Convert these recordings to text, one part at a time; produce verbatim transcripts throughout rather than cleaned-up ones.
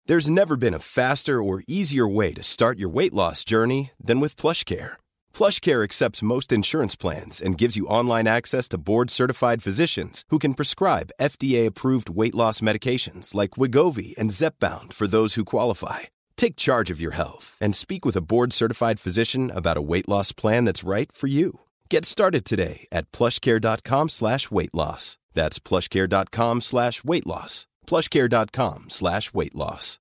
There's never been a faster or easier way to start your weight loss journey than with PlushCare. PlushCare accepts most insurance plans and gives you online access to board-certified physicians who can prescribe F D A-approved weight loss medications like Wegovy and Zepbound for those who qualify. Take charge of your health and speak with a board-certified physician about a weight loss plan that's right for you. Get started today at plushcare.com slash weight loss. That's plushcare.com slash weight loss. plushcare.com slash weight loss.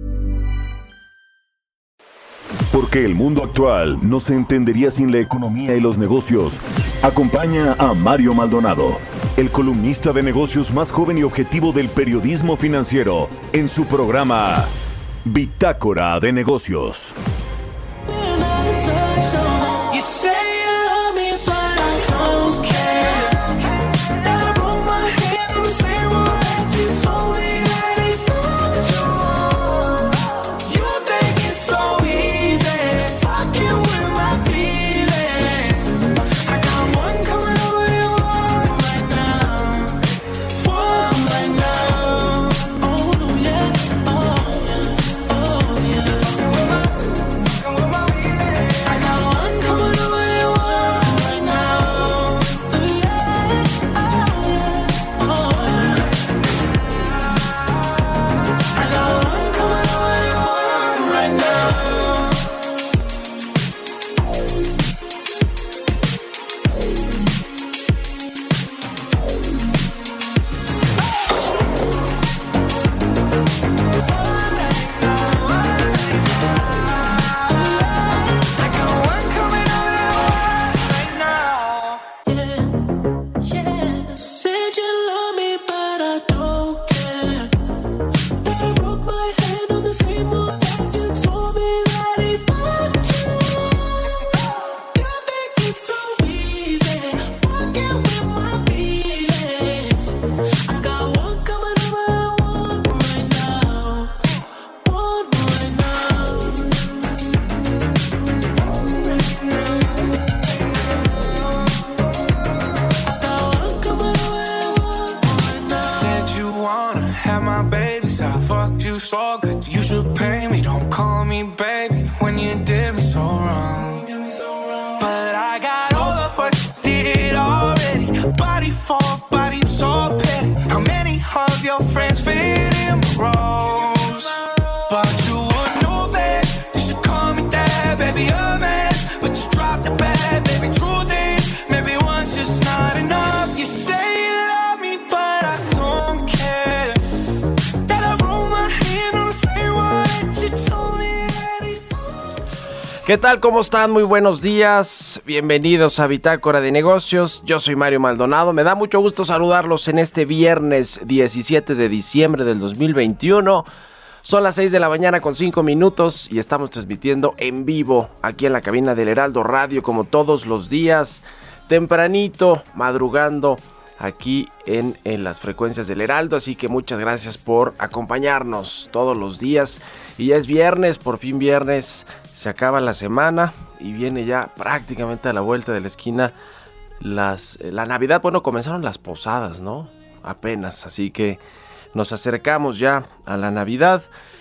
Porque el mundo actual no se entendería sin la economía y los negocios. Acompaña a Mario Maldonado, el columnista de negocios más joven y objetivo del periodismo financiero, en su programa Bitácora de Negocios. ¿Qué tal? ¿Cómo están? Muy buenos días. Bienvenidos a Bitácora de Negocios. Yo soy Mario Maldonado. Me da mucho gusto saludarlos en este viernes diecisiete de diciembre del dos mil veintiuno. Son las seis de la mañana con cinco minutos y estamos transmitiendo en vivo aquí en la cabina del Heraldo Radio, como todos los días, tempranito, madrugando aquí en, en las frecuencias del Heraldo. Así que muchas gracias por acompañarnos todos los días. Y ya es viernes, por fin viernes. Se acaba la semana y viene ya prácticamente a la vuelta de la esquina las, la Navidad. Bueno, comenzaron las posadas, ¿no? Apenas, así que nos acercamos ya a la Navidad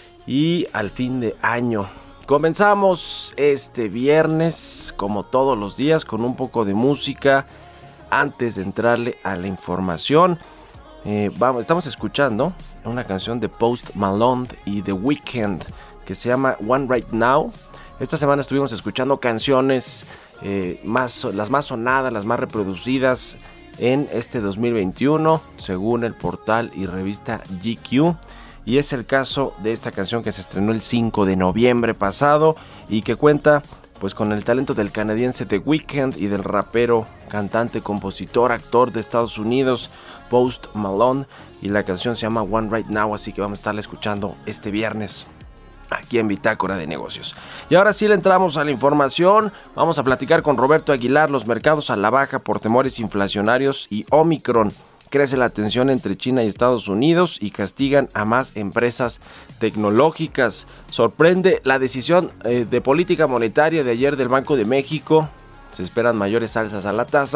y al fin de año. Comenzamos este viernes, como todos los días, con un poco de música antes de entrarle a la información. Eh, vamos, estamos escuchando una canción de Post Malone y The Weeknd que se llama One Right Now. Esta semana estuvimos escuchando canciones eh, más, las más sonadas, las más reproducidas en este dos mil veintiuno, según el portal y revista G Q. Y es el caso de esta canción que se estrenó el cinco de noviembre pasado y que cuenta pues con el talento del canadiense The Weeknd y del rapero, cantante, compositor, actor de Estados Unidos Post Malone. Y la canción se llama One Right Now, así que vamos a estarla escuchando este viernes aquí en Bitácora de Negocios. Y ahora sí le entramos a la información. Vamos a platicar con Roberto Aguilar. Los mercados a la baja por temores inflacionarios y Omicron. Crece la tensión entre China y Estados Unidos y castigan a más empresas tecnológicas. Sorprende la decisión eh, de política monetaria de ayer del Banco de México. Se esperan mayores alzas a la tasa,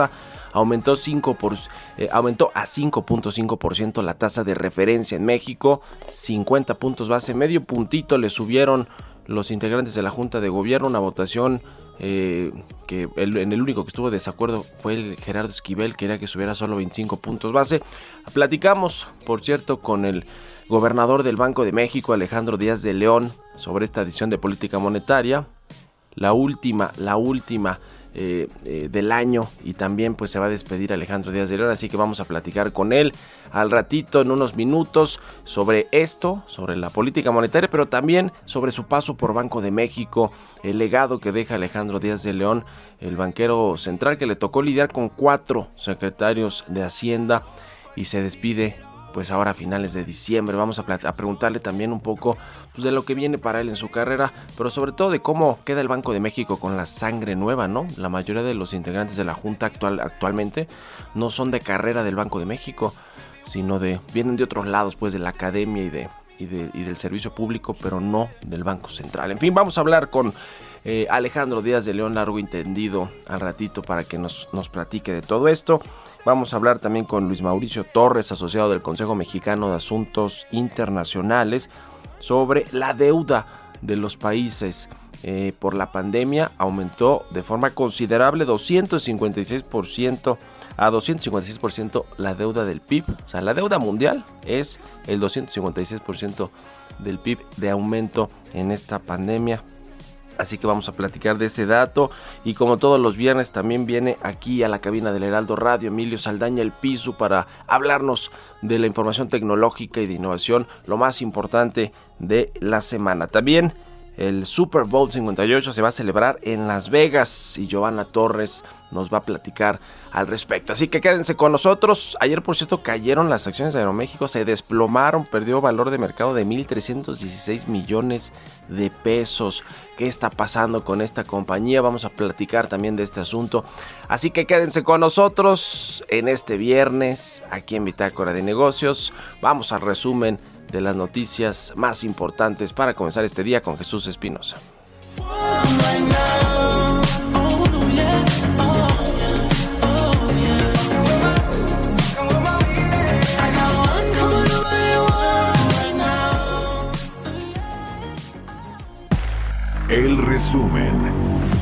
aumentó, cinco por, eh, aumentó a cinco punto cinco por ciento la tasa de referencia en México, cincuenta puntos base, medio puntito le subieron los integrantes de la Junta de Gobierno, una votación eh, que el, en el único que estuvo de desacuerdo fue el Gerardo Esquivel, que quería que subiera solo veinticinco puntos base. Platicamos, por cierto, con el gobernador del Banco de México, Alejandro Díaz de León, sobre esta decisión de política monetaria, la última, la última eh, eh, del año, y también pues se va a despedir Alejandro Díaz de León, así que vamos a platicar con él al ratito, en unos minutos, sobre esto, sobre la política monetaria, pero también sobre su paso por Banco de México, el legado que deja Alejandro Díaz de León, el banquero central que le tocó lidiar con cuatro secretarios de Hacienda y se despide pues ahora a finales de diciembre. Vamos a, a preguntarle también un poco pues, de lo que viene para él en su carrera, pero sobre todo de cómo queda el Banco de México con la sangre nueva, ¿no? La mayoría de los integrantes de la Junta actual actualmente no son de carrera del Banco de México, sino de vienen de otros lados, pues de la academia y de y, de, y del servicio público, pero no del Banco Central. En fin, vamos a hablar con eh, Alejandro Díaz de León, largo entendido, al ratito para que nos, nos platique de todo esto. Vamos a hablar también con Luis Mauricio Torres, asociado del Consejo Mexicano de Asuntos Internacionales, sobre la deuda de los países eh, por la pandemia. Aumentó de forma considerable, doscientos cincuenta y seis por ciento a doscientos cincuenta y seis por ciento la deuda del P I B. O sea, la deuda mundial es el doscientos cincuenta y seis por ciento del P I B de aumento en esta pandemia. Así que vamos a platicar de ese dato, y como todos los viernes también viene aquí a la cabina del Heraldo Radio Emilio Saldaña El Piso para hablarnos de la información tecnológica y de innovación, lo más importante de la semana. También el Super Bowl cincuenta y ocho se va a celebrar en Las Vegas y Giovanna Torres nos va a platicar al respecto. Así que quédense con nosotros. Ayer, por cierto, cayeron las acciones de Aeroméxico, se desplomaron, perdió valor de mercado de mil trescientos dieciséis millones de pesos. ¿Qué está pasando con esta compañía? Vamos a platicar también de este asunto. Así que quédense con nosotros en este viernes, aquí en Bitácora de Negocios. Vamos al resumen de las noticias más importantes para comenzar este día con Jesús Espinosa. El resumen.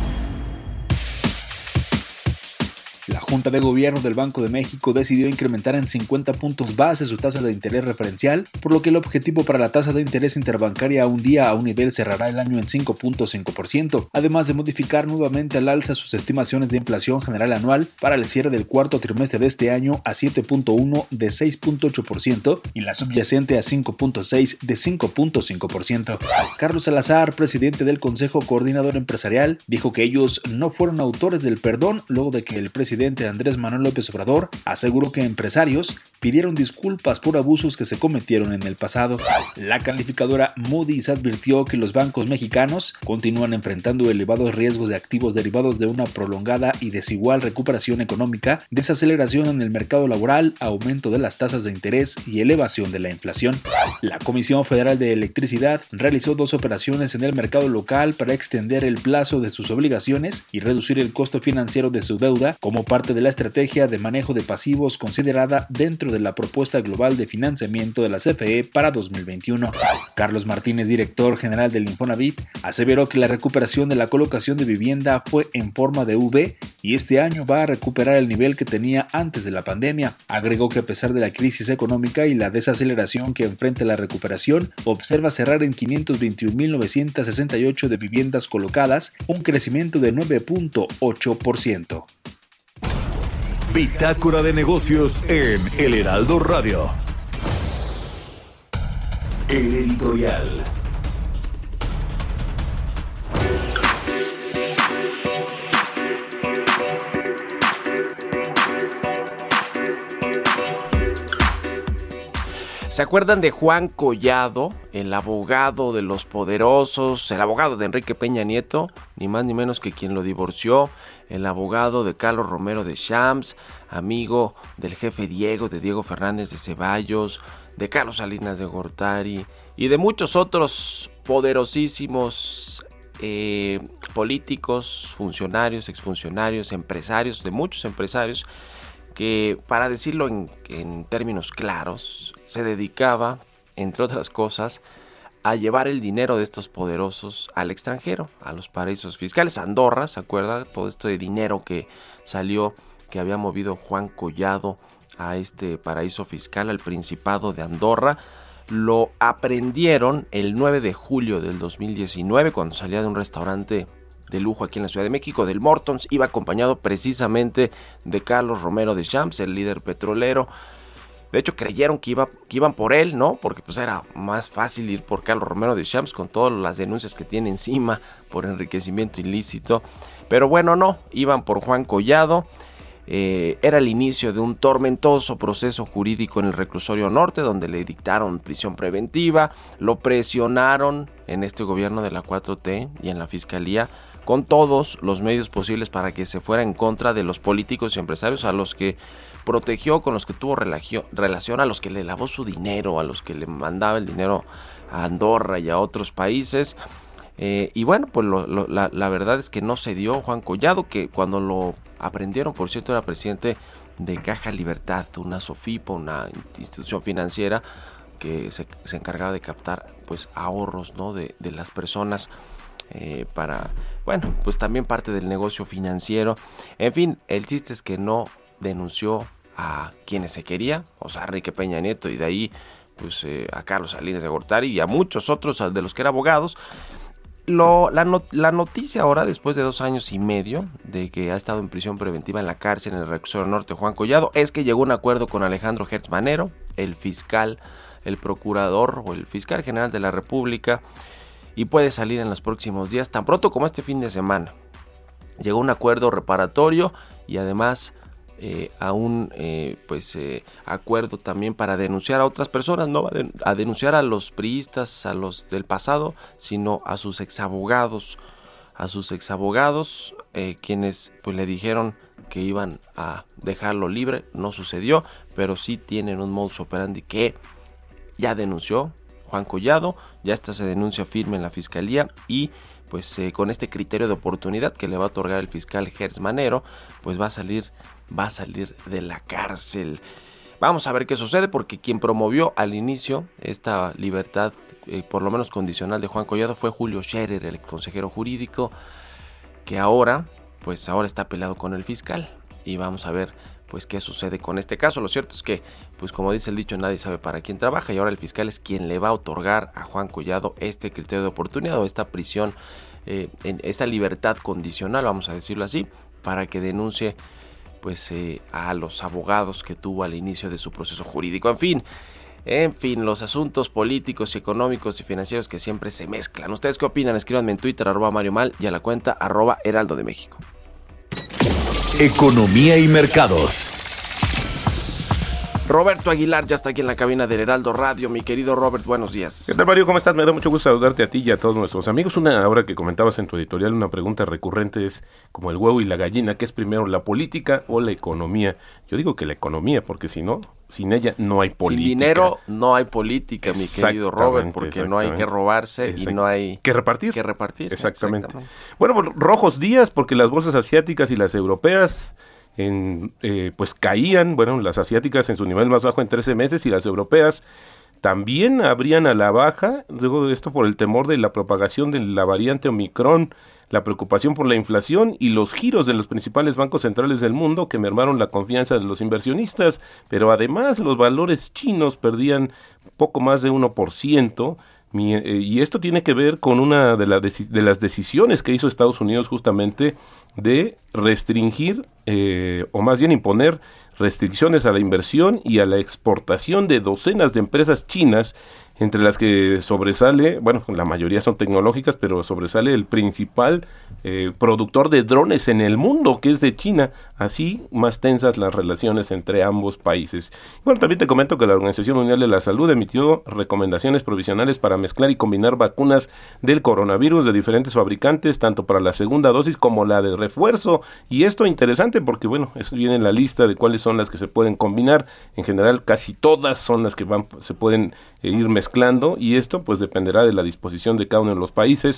La Junta de Gobierno del Banco de México decidió incrementar en cincuenta puntos base su tasa de interés referencial, por lo que el objetivo para la tasa de interés interbancaria a un día a un nivel cerrará el año en cinco punto cinco por ciento, además de modificar nuevamente al alza sus estimaciones de inflación general anual para el cierre del cuarto trimestre de este año a siete punto uno de seis punto ocho por ciento y la subyacente a cinco punto seis de cinco punto cinco por ciento. Carlos Salazar, presidente del Consejo Coordinador Empresarial, dijo que ellos no fueron autores del perdón luego de que el presidente Andrés Manuel López Obrador aseguró que empresarios pidieron disculpas por abusos que se cometieron en el pasado. La calificadora Moody's advirtió que los bancos mexicanos continúan enfrentando elevados riesgos de activos derivados de una prolongada y desigual recuperación económica, desaceleración en el mercado laboral, aumento de las tasas de interés y elevación de la inflación. La Comisión Federal de Electricidad realizó dos operaciones en el mercado local para extender el plazo de sus obligaciones y reducir el costo financiero de su deuda como parte de la estrategia de manejo de pasivos considerada dentro de la propuesta global de financiamiento de la C F E para dos mil veintiuno. Carlos Martínez, director general del Infonavit, aseveró que la recuperación de la colocación de vivienda fue en forma de V y este año va a recuperar el nivel que tenía antes de la pandemia. Agregó que a pesar de la crisis económica y la desaceleración que enfrenta la recuperación, observa cerrar en quinientos veintiún mil novecientos sesenta y ocho de viviendas colocadas, un crecimiento de nueve punto ocho por ciento. Bitácora de Negocios en El Heraldo Radio. El editorial. ¿Se acuerdan de Juan Collado, el abogado de los poderosos, el abogado de Enrique Peña Nieto, ni más ni menos que quien lo divorció, el abogado de Carlos Romero de Champs, amigo del jefe Diego, de Diego Fernández de Ceballos, de Carlos Salinas de Gortari y de muchos otros poderosísimos eh, políticos, funcionarios, exfuncionarios, empresarios, de muchos empresarios que, para decirlo en, en términos claros, se dedicaba, entre otras cosas, a llevar el dinero de estos poderosos al extranjero, a los paraísos fiscales. Andorra, ¿se acuerda? Todo esto de dinero que salió, que había movido Juan Collado a este paraíso fiscal, al Principado de Andorra, lo aprendieron el nueve de julio del dos mil diecinueve, cuando salía de un restaurante de lujo aquí en la Ciudad de México, del Mortons. Iba acompañado precisamente de Carlos Romero Deschamps, el líder petrolero. De hecho, creyeron que, iba, que iban por él, ¿no? Porque pues era más fácil ir por Carlos Romero Deschamps con todas las denuncias que tiene encima por enriquecimiento ilícito. Pero bueno, no, iban por Juan Collado. Eh, era el inicio de un tormentoso proceso jurídico en el reclusorio norte, donde le dictaron prisión preventiva, lo presionaron en este gobierno de la cuatro T y en la fiscalía con todos los medios posibles para que se fuera en contra de los políticos y empresarios a los que protegió, con los que tuvo relación, a los que le lavó su dinero, a los que le mandaba el dinero a Andorra y a otros países. Eh, y bueno, pues lo, lo, la, la verdad es que no se dio Juan Collado, que cuando lo aprendieron, por cierto, era presidente de Caja Libertad, una SOFIPO, una institución financiera que se, se encargaba de captar pues ahorros, ¿no?, de, de las personas eh, para, bueno, pues también parte del negocio financiero. En fin, el chiste es que no denunció a quienes se quería, o sea, a Enrique Peña Nieto, y de ahí pues eh, a Carlos Salinas de Gortari y a muchos otros de los que eran abogados. Lo, la, not, la noticia ahora, después de dos años y medio de que ha estado en prisión preventiva en la cárcel en el reclusorio norte Juan Collado, es que llegó a un acuerdo con Alejandro Gertz Manero, el fiscal, el procurador o el fiscal general de la República, y puede salir en los próximos días, tan pronto como este fin de semana. Llegó a un acuerdo reparatorio y además eh, a un eh, pues eh, acuerdo también para denunciar a otras personas, no a denunciar a los priistas, a los del pasado, sino a sus exabogados, a sus exabogados, eh, quienes pues le dijeron que iban a dejarlo libre. No sucedió, pero sí tienen un modus operandi que ya denunció Juan Collado, ya está se denuncia firme en la fiscalía, y pues eh, con este criterio de oportunidad que le va a otorgar el fiscal Gertz Manero, pues va a salir va a salir de la cárcel. Vamos a ver qué sucede, porque quien promovió al inicio esta libertad, eh, por lo menos condicional, de Juan Collado fue Julio Scherer, el consejero jurídico, que ahora, pues ahora está peleado con el fiscal, y vamos a ver pues qué sucede con este caso. Lo cierto es que, pues como dice el dicho, nadie sabe para quién trabaja, y ahora el fiscal es quien le va a otorgar a Juan Collado este criterio de oportunidad, o esta prisión, eh, en esta libertad condicional, vamos a decirlo así, para que denuncie pues eh, a los abogados que tuvo al inicio de su proceso jurídico. En fin, en fin, los asuntos políticos y económicos y financieros que siempre se mezclan. ¿Ustedes qué opinan? Escríbanme en Twitter, arroba Mario Mal, y a la cuenta arroba Heraldo de México. Economía y mercados. Roberto Aguilar ya está aquí en la cabina del Heraldo Radio. Mi querido Robert, buenos días. ¿Qué tal, Mario? ¿Cómo estás? Me da mucho gusto saludarte a ti y a todos nuestros amigos. Una, ahora que comentabas en tu editorial, una pregunta recurrente es como el huevo y la gallina, ¿qué es primero, la política o la economía? Yo digo que la economía, porque si no, sin ella no hay política. Sin dinero no hay política, mi querido Robert, porque no hay que robarse y no hay que repartir. Que repartir. Exactamente. Exactamente. Bueno, pues, rojos días, porque las bolsas asiáticas y las europeas En, eh, pues caían, bueno, las asiáticas en su nivel más bajo en trece meses, y las europeas también abrían a la baja, luego de esto por el temor de la propagación de la variante Omicron, la preocupación por la inflación y los giros de los principales bancos centrales del mundo que mermaron la confianza de los inversionistas. Pero además los valores chinos perdían poco más de uno por ciento, y esto tiene que ver con una de, la deci- de las decisiones que hizo Estados Unidos, justamente de restringir, eh, o más bien imponer restricciones a la inversión y a la exportación de docenas de empresas chinas, entre las que sobresale, bueno, la mayoría son tecnológicas, pero sobresale el principal eh, productor de drones en el mundo, que es de China. Así, más tensas las relaciones entre ambos países. Bueno, también te comento que la Organización Mundial de la Salud emitió recomendaciones provisionales para mezclar y combinar vacunas del coronavirus de diferentes fabricantes, tanto para la segunda dosis como la de refuerzo. Y esto interesante porque, bueno, eso viene en la lista de cuáles son las que se pueden combinar. En general, casi todas son las que van, se pueden eh, ir mezclando, y esto pues dependerá de la disposición de cada uno de los países.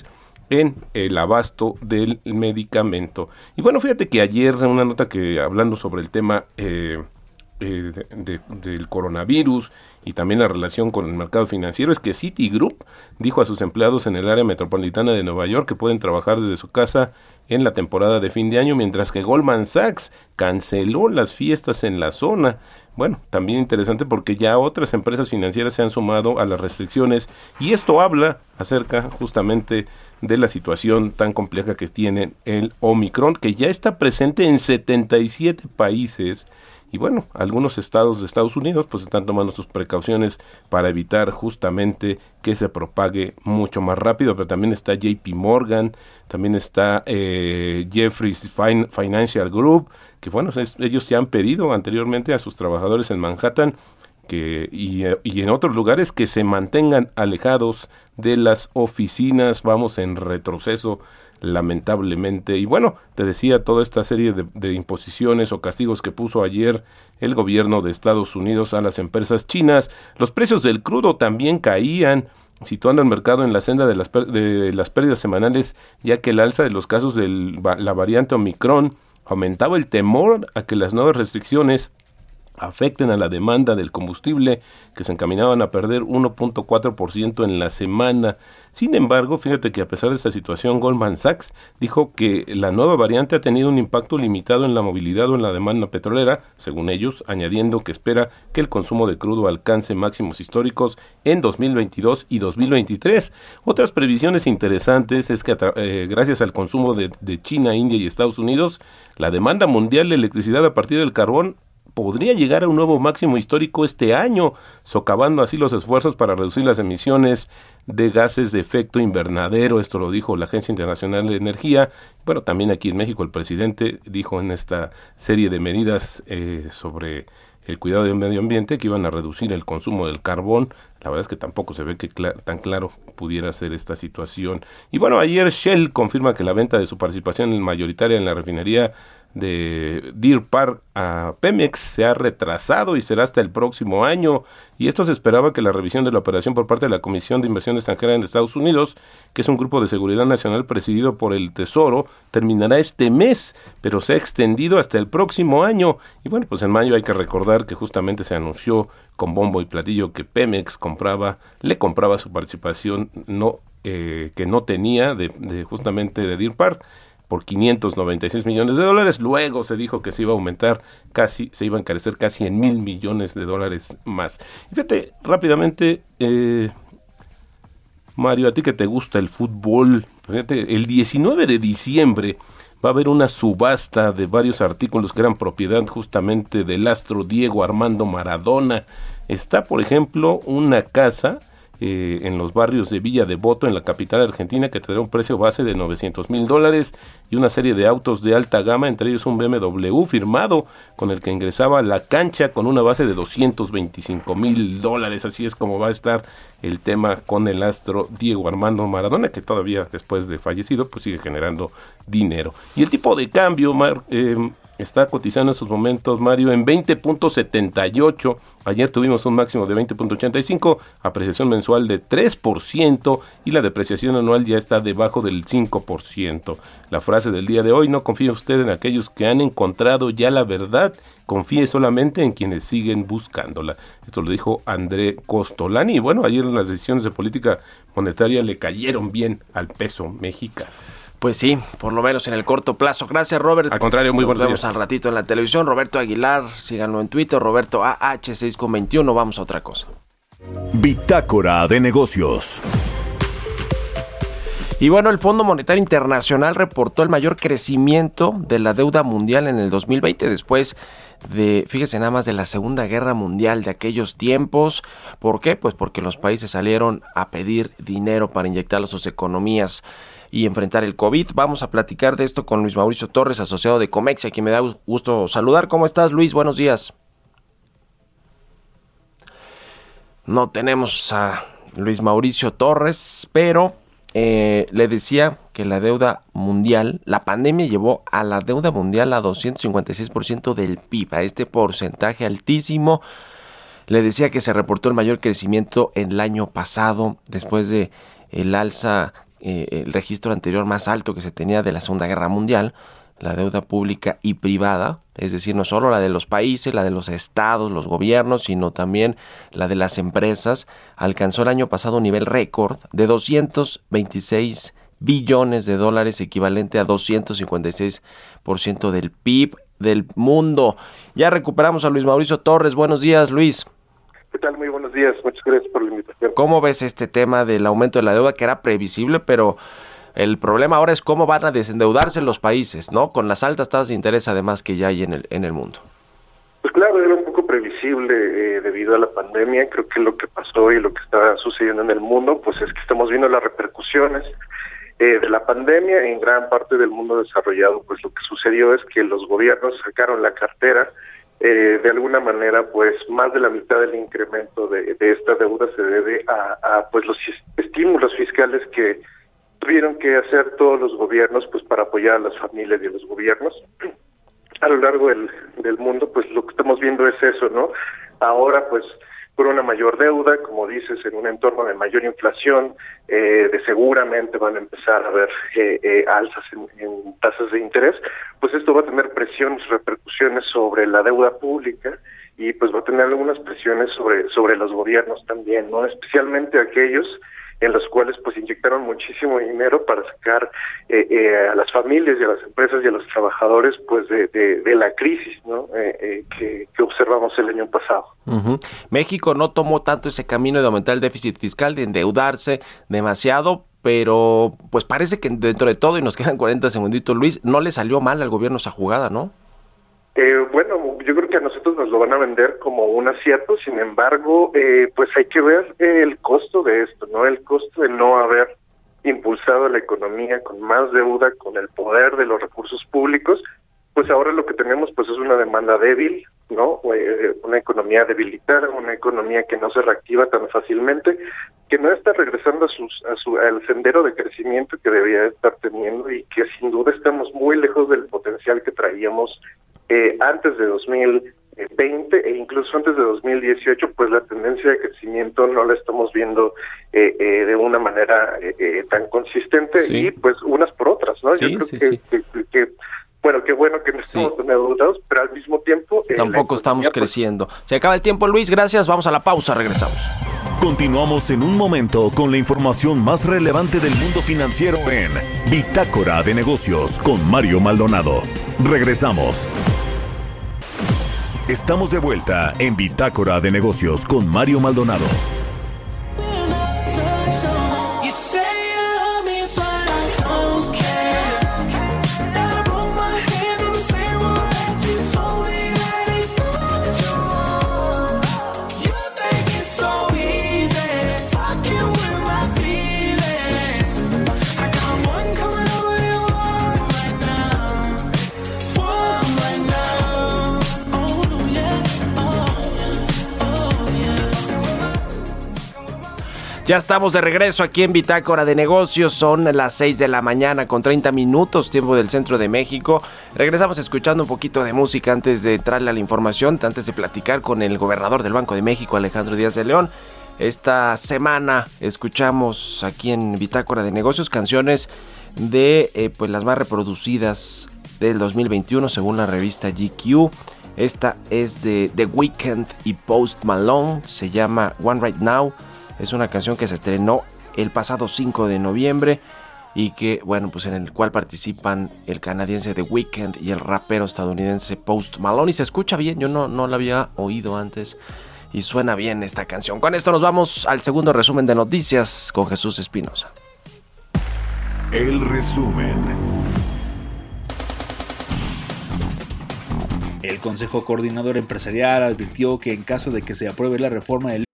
en el abasto del medicamento. Y bueno, fíjate que ayer en una nota que hablando sobre el tema eh, eh, de, de, del coronavirus y también la relación con el mercado financiero, es que Citigroup dijo a sus empleados en el área metropolitana de Nueva York que pueden trabajar desde su casa en la temporada de fin de año, mientras que Goldman Sachs canceló las fiestas en la zona. Bueno, también interesante porque ya otras empresas financieras se han sumado a las restricciones y esto habla acerca justamente de la situación tan compleja que tiene el Omicron, que ya está presente en setenta y siete países. Y bueno, algunos estados de Estados Unidos pues están tomando sus precauciones para evitar justamente que se propague mucho más rápido, pero también está J P Morgan, también está eh, Jefferies fin- Financial Group, que bueno, es, ellos se han pedido anteriormente a sus trabajadores en Manhattan que y, y en otros lugares que se mantengan alejados de las oficinas. Vamos en retroceso, lamentablemente. Y bueno, te decía, toda esta serie de, de imposiciones o castigos que puso ayer el gobierno de Estados Unidos a las empresas chinas. Los precios del crudo también caían, situando al mercado en la senda de las, de las pérdidas semanales, ya que el alza de los casos de la variante Omicron aumentaba el temor a que las nuevas restricciones afecten a la demanda del combustible, que se encaminaban a perder uno punto cuatro por ciento en la semana. Sin embargo, fíjate que a pesar de esta situación, Goldman Sachs dijo que la nueva variante ha tenido un impacto limitado en la movilidad o en la demanda petrolera, según ellos, añadiendo que espera que el consumo de crudo alcance máximos históricos en dos mil veintidós y dos mil veintitrés. Otras previsiones interesantes es que eh, gracias al consumo de, de China, India y Estados Unidos, la demanda mundial de electricidad a partir del carbón podría llegar a un nuevo máximo histórico este año, socavando así los esfuerzos para reducir las emisiones de gases de efecto invernadero. Esto lo dijo la Agencia Internacional de Energía. Bueno, también aquí en México el presidente dijo en esta serie de medidas eh, sobre el cuidado del medio ambiente que iban a reducir el consumo del carbón. La verdad es que tampoco se ve que cl- tan claro pudiera ser esta situación. Y bueno, ayer Shell confirma que la venta de su participación mayoritaria en la refinería de Deer Park a Pemex se ha retrasado y será hasta el próximo año, y esto se esperaba que la revisión de la operación por parte de la Comisión de Inversión Extranjera en Estados Unidos, que es un grupo de seguridad nacional presidido por el Tesoro, terminará este mes, pero se ha extendido hasta el próximo año. Y bueno, pues en mayo hay que recordar que justamente se anunció con bombo y platillo que Pemex compraba, le compraba su participación no eh, que no tenía de, de justamente de Deer Park por quinientos noventa y seis millones de dólares. Luego se dijo que se iba a aumentar casi, se iba a encarecer casi en mil millones de dólares más. Y fíjate, rápidamente, eh, Mario, a ti que te gusta el fútbol, fíjate, el diecinueve de diciembre va a haber una subasta de varios artículos que eran propiedad justamente del astro Diego Armando Maradona. Está, por ejemplo, una casa Eh, en los barrios de Villa Devoto, en la capital argentina, que tendrá un precio base de novecientos mil dólares, y una serie de autos de alta gama, entre ellos un B M W firmado, con el que ingresaba a la cancha con una base de doscientos veinticinco mil dólares. Así es como va a estar el tema con el astro Diego Armando Maradona, que todavía después de fallecido pues sigue generando dinero. Y el tipo de cambio, Mar, eh, está cotizando en estos momentos, Mario, en veinte punto setenta y ocho. Ayer tuvimos un máximo de veinte punto ochenta y cinco, apreciación mensual de tres por ciento, y la depreciación anual ya está debajo del cinco por ciento. La frase del día de hoy: no confíe usted en aquellos que han encontrado ya la verdad, confíe solamente en quienes siguen buscándola. Esto lo dijo André Costolani. Y bueno, ayer las decisiones de política monetaria le cayeron bien al peso mexicano. Pues sí, por lo menos en el corto plazo. Gracias, Robert. Al contrario, muy buenos días. Nos vemos al ratito en la televisión. Roberto Aguilar, síganlo en Twitter, Roberto A H seis con veintiuno. Vamos a otra cosa. Bitácora de negocios. Y bueno, el Fondo Monetario Internacional reportó el mayor crecimiento de la deuda mundial en el dos mil veinte, después de, fíjese nada más, de la Segunda Guerra Mundial de aquellos tiempos. ¿Por qué? Pues porque los países salieron a pedir dinero para inyectarlo a sus economías y enfrentar el COVID. Vamos a platicar de esto con Luis Mauricio Torres, asociado de Comex, a quien me da gusto saludar. ¿Cómo estás, Luis? Buenos días. No tenemos a Luis Mauricio Torres, pero eh, le decía que la deuda mundial, la pandemia llevó a la deuda mundial a doscientos cincuenta y seis por ciento del P I B, a este porcentaje altísimo. Le decía que se reportó el mayor crecimiento en el año pasado, después de el alza eh, el registro anterior más alto que se tenía de la Segunda Guerra Mundial, la deuda pública y privada, es decir, no solo la de los países, la de los estados, los gobiernos, sino también la de las empresas, alcanzó el año pasado un nivel récord de doscientos veintiséis billones de dólares, equivalente a doscientos cincuenta y seis por ciento del P I B del mundo. Ya recuperamos a Luis Mauricio Torres. Buenos días, Luis. ¿Qué tal? Muy buenos días. Muchas gracias por la invitación. ¿Cómo ves este tema del aumento de la deuda, que era previsible, pero el problema ahora es cómo van a desendeudarse los países, ¿no? Con las altas tasas de interés, además, que ya hay en el en el mundo. Pues claro, era un poco previsible eh, debido a la pandemia. Creo que lo que pasó y lo que está sucediendo en el mundo, pues es que estamos viendo las repercusiones eh, de la pandemia en gran parte del mundo desarrollado. Pues lo que sucedió es que los gobiernos sacaron la cartera. Eh, de alguna manera, pues más de la mitad del incremento de, de esta deuda se debe a, a pues los estímulos fiscales que tuvieron que hacer todos los gobiernos pues para apoyar a las familias y a los gobiernos a lo largo del, del mundo. Pues lo que estamos viendo es eso, ¿no? Ahora pues por una mayor deuda, como dices, en un entorno de mayor inflación, eh, de seguramente van a empezar a haber eh, eh, alzas en, en tasas de interés, pues esto va a tener presiones, repercusiones sobre la deuda pública y pues va a tener algunas presiones sobre sobre los gobiernos también, ¿no? Especialmente aquellos en los cuales pues inyectaron muchísimo dinero para sacar eh, eh, a las familias y a las empresas y a los trabajadores pues de, de, de la crisis, ¿no? Eh, eh, que, que observamos el año pasado. Uh-huh. México no tomó tanto ese camino de aumentar el déficit fiscal, de endeudarse demasiado, pero pues parece que dentro de todo, y nos quedan cuarenta segunditos, Luis, no le salió mal al gobierno esa jugada, ¿no? Eh, bueno, yo creo que a nosotros nos lo van a vender como un acierto. Sin embargo, eh, pues hay que ver eh, el costo de esto, ¿no? El costo de no haber impulsado la economía con más deuda, con el poder de los recursos públicos. Pues ahora lo que tenemos pues es una demanda débil, ¿no? Eh, una economía debilitada, una economía que no se reactiva tan fácilmente, que no está regresando a, sus, a su al sendero de crecimiento que debería estar teniendo y que sin duda estamos muy lejos del potencial que traíamos Eh, antes de dos mil veinte e incluso antes de dos mil dieciocho, pues la tendencia de crecimiento no la estamos viendo eh, eh, de una manera eh, eh, tan consistente sí. Y pues unas por otras, ¿no? Sí, Yo creo sí, que, sí. que, que, que bueno, qué bueno que no estamos sí. endeudados, pero al mismo tiempo eh, tampoco estamos pues, creciendo. Se acaba el tiempo, Luis, gracias, vamos a la pausa, regresamos. Continuamos en un momento con la información más relevante del mundo financiero en Bitácora de Negocios con Mario Maldonado. Regresamos. Estamos de vuelta en Bitácora de Negocios con Mario Maldonado. Ya estamos de regreso aquí en Bitácora de Negocios, son las seis de la mañana con treinta minutos, tiempo del centro de México. Regresamos escuchando un poquito de música antes de entrarle a la información, antes de platicar con el gobernador del Banco de México, Alejandro Díaz de León. Esta semana escuchamos aquí en Bitácora de Negocios canciones de eh, pues las más reproducidas del dos mil veintiuno según la revista G Q. Esta es de The Weeknd y Post Malone, se llama One Right Now. Es una canción que se estrenó el pasado cinco de noviembre y que, bueno, pues en el cual participan el canadiense The Weeknd y el rapero estadounidense Post Malone. Y se escucha bien, yo no, no la había oído antes y suena bien esta canción. Con esto nos vamos al segundo resumen de noticias con Jesús Espinosa. El resumen. El Consejo Coordinador Empresarial advirtió que en caso de que se apruebe la reforma del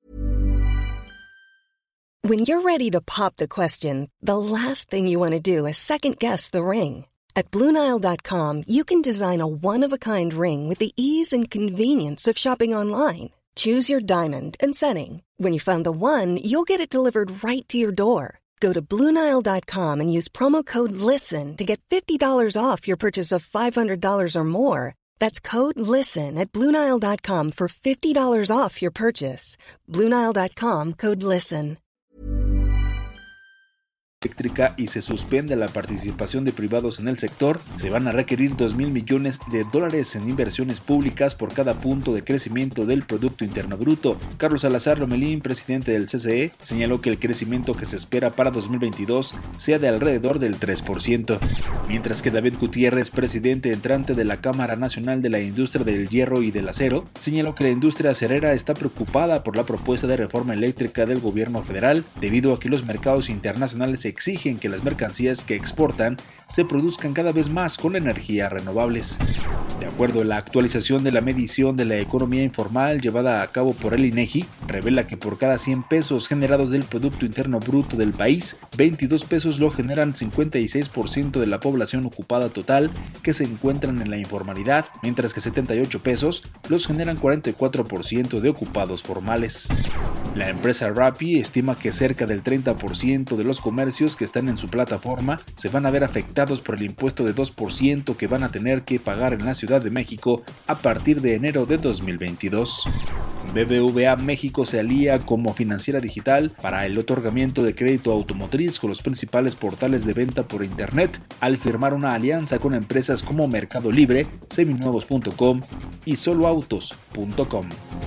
When you're ready to pop the question, the last thing you want to do is second-guess the ring. At Blue Nile dot com, you can design a one-of-a-kind ring with the ease and convenience of shopping online. Choose your diamond and setting. When you find the one, you'll get it delivered right to your door. Go to Blue Nile dot com and use promo code LISTEN to get fifty dollars off your purchase of five hundred dollars or more. That's code LISTEN at Blue Nile dot com for fifty dollars off your purchase. Blue Nile dot com, code LISTEN. eléctrica y se suspende la participación de privados en el sector, se van a requerir dos mil millones de dólares en inversiones públicas por cada punto de crecimiento del Producto Interno Bruto. Carlos Salazar Lomelín, presidente del C C E, señaló que el crecimiento que se espera para dos mil veintidós sea de alrededor del tres por ciento, mientras que David Gutiérrez, presidente entrante de la Cámara Nacional de la Industria del Hierro y del Acero, señaló que la industria acerera está preocupada por la propuesta de reforma eléctrica del gobierno federal, debido a que los mercados internacionales exigen que las mercancías que exportan se produzcan cada vez más con energías renovables. De acuerdo a la actualización de la medición de la economía informal llevada a cabo por el INEGI, revela que por cada cien pesos generados del Producto Interno Bruto del país, veintidós pesos lo generan cincuenta y seis por ciento de la población ocupada total que se encuentran en la informalidad, mientras que setenta y ocho pesos los generan cuarenta y cuatro por ciento de ocupados formales. La empresa Rappi estima que cerca del treinta por ciento de los comercios que están en su plataforma se van a ver afectados por el impuesto de dos por ciento que van a tener que pagar en la Ciudad de México a partir de enero de dos mil veintidós. B B V A México se alía como financiera digital para el otorgamiento de crédito automotriz con los principales portales de venta por internet al firmar una alianza con empresas como Mercado Libre, seminuevos punto com y solo autos punto com.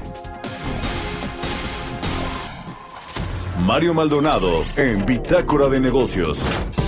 Mario Maldonado en Bitácora de Negocios.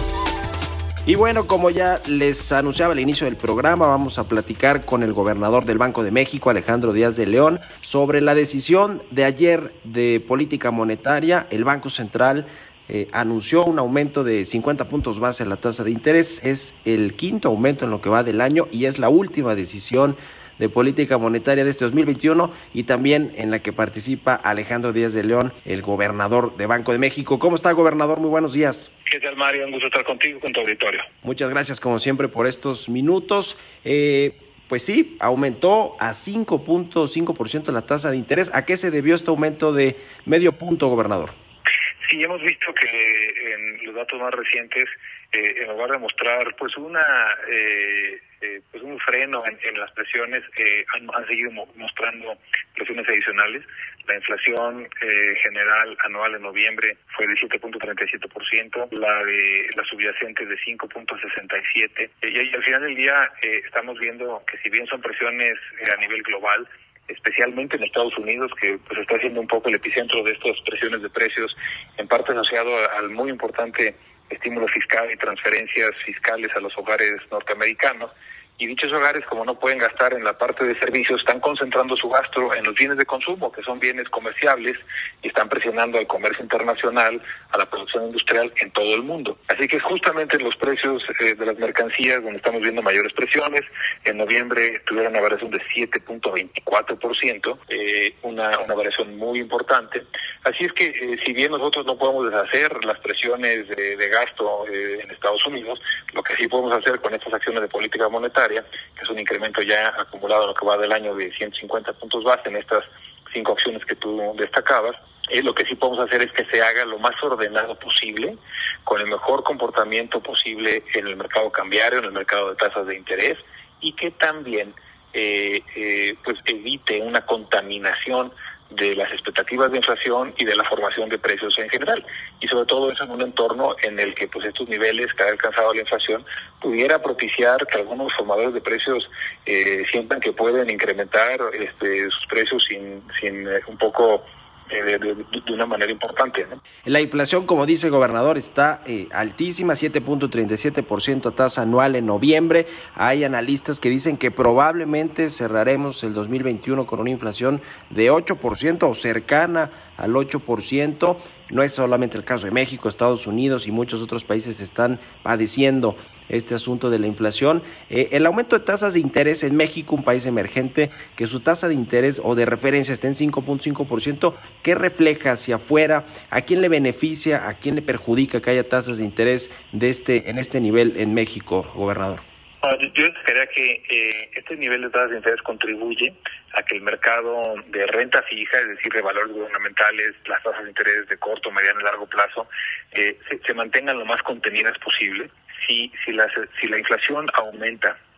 Y bueno, como ya les anunciaba al inicio del programa, vamos a platicar con el gobernador del Banco de México, Alejandro Díaz de León, sobre la decisión de ayer de política monetaria. El Banco Central eh, anunció un aumento de cincuenta puntos base en la tasa de interés. Es el quinto aumento en lo que va del año y es la última decisión de política monetaria de este dos mil veintiuno y también en la que participa Alejandro Díaz de León, el gobernador de Banco de México. ¿Cómo está, gobernador? Muy buenos días. ¿Qué tal, Mario? Un gusto estar contigo, con tu auditorio. Muchas gracias, como siempre, por estos minutos. Eh, pues sí, aumentó a cinco punto cinco por ciento la tasa de interés. ¿A qué se debió este aumento de medio punto, gobernador? Sí, hemos visto que en los datos más recientes, eh, en lugar de mostrar pues una eh, eh, pues un freno en, en las presiones, eh, han, han seguido mo- mostrando presiones adicionales. La inflación eh, general anual en noviembre fue de siete punto treinta y siete por ciento, la de la subyacente de cinco punto sesenta y siete por ciento, y, y al final del día eh, estamos viendo que si bien son presiones eh, a nivel global, especialmente en Estados Unidos, que pues está siendo un poco el epicentro de estas presiones de precios, en parte asociado al muy importante estímulo fiscal y transferencias fiscales a los hogares norteamericanos. Y dichos hogares, como no pueden gastar en la parte de servicios, están concentrando su gasto en los bienes de consumo, que son bienes comerciables, y están presionando al comercio internacional, a la producción industrial en todo el mundo. Así que es justamente en los precios eh, de las mercancías donde estamos viendo mayores presiones. En noviembre tuvieron una variación de siete punto veinticuatro por ciento, eh, una, una variación muy importante. Así es que, eh, si bien nosotros no podemos deshacer las presiones de, de gasto eh, en Estados Unidos, lo que sí podemos hacer con estas acciones de política monetaria, que es un incremento ya acumulado en lo que va del año de ciento cincuenta puntos base en estas cinco acciones que tú destacabas, eh, lo que sí podemos hacer es que se haga lo más ordenado posible, con el mejor comportamiento posible en el mercado cambiario, en el mercado de tasas de interés, y que también eh, eh, pues evite una contaminación de las expectativas de inflación y de la formación de precios en general, y sobre todo eso en un entorno en el que pues estos niveles que ha alcanzado la inflación pudiera propiciar que algunos formadores de precios eh, sientan que pueden incrementar este, sus precios sin, sin eh, un poco eh, de, de, de una manera importante, ¿no? La inflación, como dice el gobernador, está eh, altísima, siete punto treinta y siete por ciento a tasa anual en noviembre. Hay analistas que dicen que probablemente cerraremos el dos mil veintiuno con una inflación de ocho por ciento o cercana al ocho por ciento. No es solamente el caso de México, Estados Unidos y muchos otros países están padeciendo este asunto de la inflación. Eh, el aumento de tasas de interés en México, un país emergente, que su tasa de interés o de referencia esté en cinco punto cinco por ciento, ¿qué refleja hacia afuera? ¿A quién le beneficia, a quién le perjudica que haya tasas de interés de este en este nivel en México, gobernador? Yo destacaría que eh, este nivel de tasas de interés contribuye a que el mercado de renta fija, es decir, de valores gubernamentales, las tasas de interés de corto, mediano y largo plazo, eh, se, se mantengan lo más contenidas posible. Si, si, la, si la inflación aumenta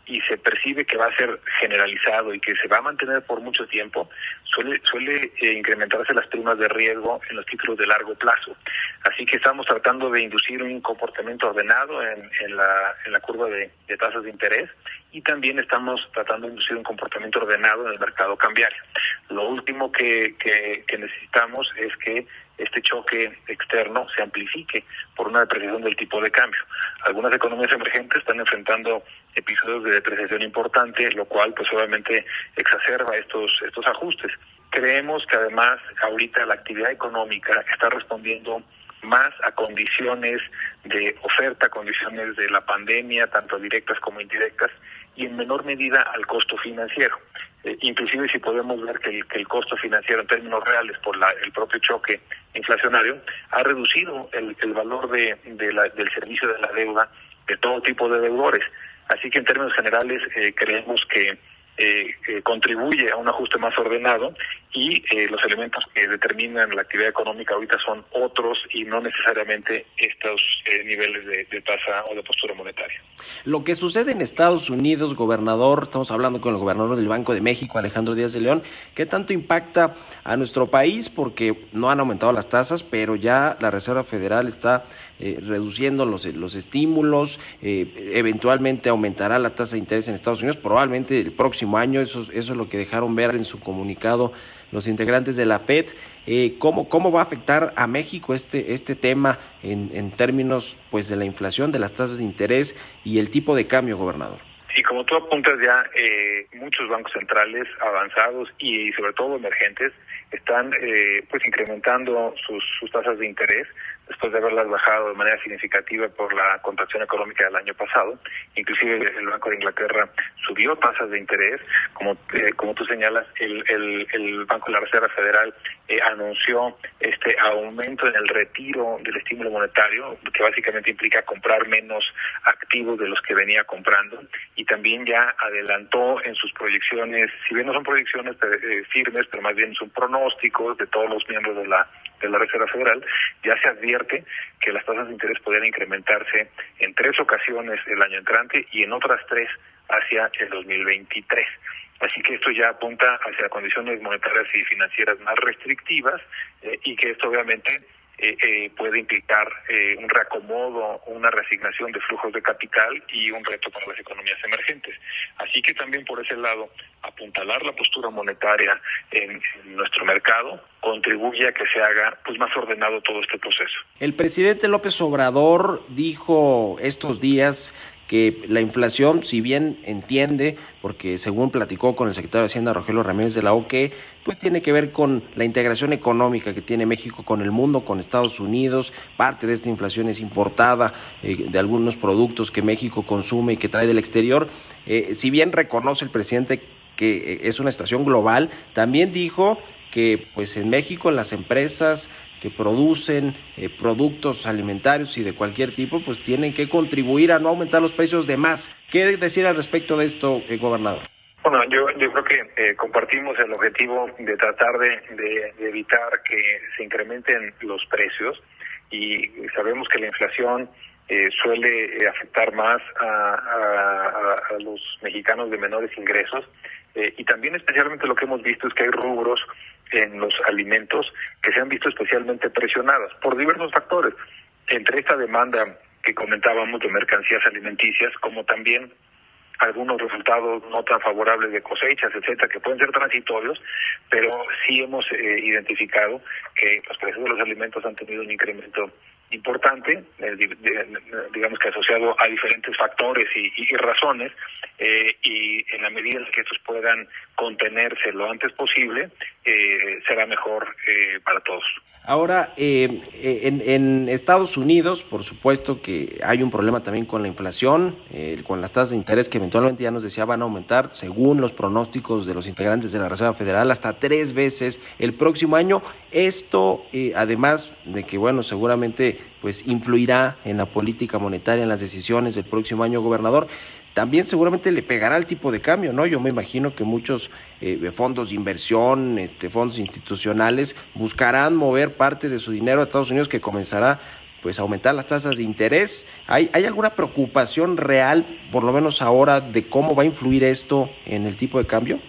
y se percibe que va a ser generalizado y que se va a mantener por mucho tiempo, suele suele eh, incrementarse las primas de riesgo en los títulos de largo plazo. Así que estamos tratando de inducir un comportamiento ordenado en, en la en la curva de, de tasas de interés, y también estamos tratando de inducir un comportamiento ordenado en el mercado cambiario. Lo último que, que, que necesitamos es que este choque externo se amplifique por una depreciación del tipo de cambio. Algunas economías emergentes están enfrentando episodios de depreciación importante, lo cual pues obviamente exacerba estos estos ajustes. Creemos que además ahorita la actividad económica está respondiendo más a condiciones de oferta, condiciones de la pandemia, tanto directas como indirectas, y en menor medida al costo financiero. Eh, inclusive si podemos ver que el, que el costo financiero en términos reales por la, el propio choque inflacionario ha reducido el, el valor de, de la, del servicio de la deuda de todo tipo de deudores. Así que en términos generales eh, creemos que Eh, eh, contribuye a un ajuste más ordenado, y eh, los elementos que determinan la actividad económica ahorita son otros y no necesariamente estos eh, niveles de, de tasa o de postura monetaria. Lo que sucede en Estados Unidos, gobernador, estamos hablando con el gobernador del Banco de México, Alejandro Díaz de León, ¿qué tanto impacta a nuestro país? Porque no han aumentado las tasas, pero ya la Reserva Federal está eh, reduciendo los, los estímulos, eh, eventualmente aumentará la tasa de interés en Estados Unidos, probablemente el próximo año, eso, eso es lo que dejaron ver en su comunicado los integrantes de la Fed. Eh, ¿cómo, ¿Cómo va a afectar a México este, este tema en, en términos pues de la inflación, de las tasas de interés y el tipo de cambio, gobernador? Sí, como tú apuntas ya, eh, muchos bancos centrales avanzados y sobre todo emergentes están eh, pues incrementando sus, sus tasas de interés después de haberlas bajado de manera significativa por la contracción económica del año pasado. Inclusive el Banco de Inglaterra subió tasas de interés. Como eh, como tú señalas, el, el, el Banco de la Reserva Federal eh, anunció este aumento en el retiro del estímulo monetario, que básicamente implica comprar menos activos de los que venía comprando, y también ya adelantó en sus proyecciones, si bien no son proyecciones eh, firmes, pero más bien son pronósticos de todos los miembros de la de la Reserva Federal, ya se advierte que las tasas de interés podrían incrementarse en tres ocasiones el año entrante y en otras tres hacia el dos mil veintitrés. Así que esto ya apunta hacia condiciones monetarias y financieras más restrictivas, eh, y que esto obviamente eh, eh, puede implicar eh, un reacomodo, una reasignación de flujos de capital y un reto para las economías emergentes. Así que también por ese lado, apuntalar la postura monetaria en, en nuestro mercado contribuye a que se haga pues más ordenado todo este proceso. El presidente López Obrador dijo estos días que la inflación, si bien entiende, porque según platicó con el secretario de Hacienda, Rogelio Ramírez de la O C E, pues tiene que ver con la integración económica que tiene México con el mundo, con Estados Unidos. Parte de esta inflación es importada eh, de algunos productos que México consume y que trae del exterior. Eh, si bien reconoce el presidente que eh, es una situación global, también dijo que pues en México las empresas que producen eh, productos alimentarios y de cualquier tipo, pues tienen que contribuir a no aumentar los precios de más. ¿Qué decir al respecto de esto, eh, gobernador? Bueno, yo yo creo que eh, compartimos el objetivo de tratar de, de, de evitar que se incrementen los precios, y sabemos que la inflación eh, suele eh, afectar más a, a, a los mexicanos de menores ingresos, eh, y también especialmente lo que hemos visto es que hay rubros en los alimentos que se han visto especialmente presionadas por diversos factores, entre esta demanda que comentábamos de mercancías alimenticias, como también algunos resultados no tan favorables de cosechas, etcétera, que pueden ser transitorios, pero sí hemos eh, identificado que los precios de los alimentos han tenido un incremento importante, eh, de, de, digamos que asociado a diferentes factores y, y razones, eh, y en la medida en que estos puedan contenerse lo antes posible, eh, será mejor eh, para todos. Ahora, eh, en, en Estados Unidos, por supuesto que hay un problema también con la inflación, eh, con las tasas de interés que eventualmente ya nos decía van a aumentar, según los pronósticos de los integrantes de la Reserva Federal, hasta tres veces el próximo año. Esto, eh, además de que, bueno, seguramente pues influirá en la política monetaria, en las decisiones del próximo año, gobernador, también seguramente le pegará al tipo de cambio, ¿no? Yo me imagino que muchos eh, fondos de inversión, este, fondos institucionales, buscarán mover parte de su dinero a Estados Unidos, que comenzará pues aumentar las tasas de interés. ¿Hay, hay alguna preocupación real, por lo menos ahora, de cómo va a influir esto en el tipo de cambio?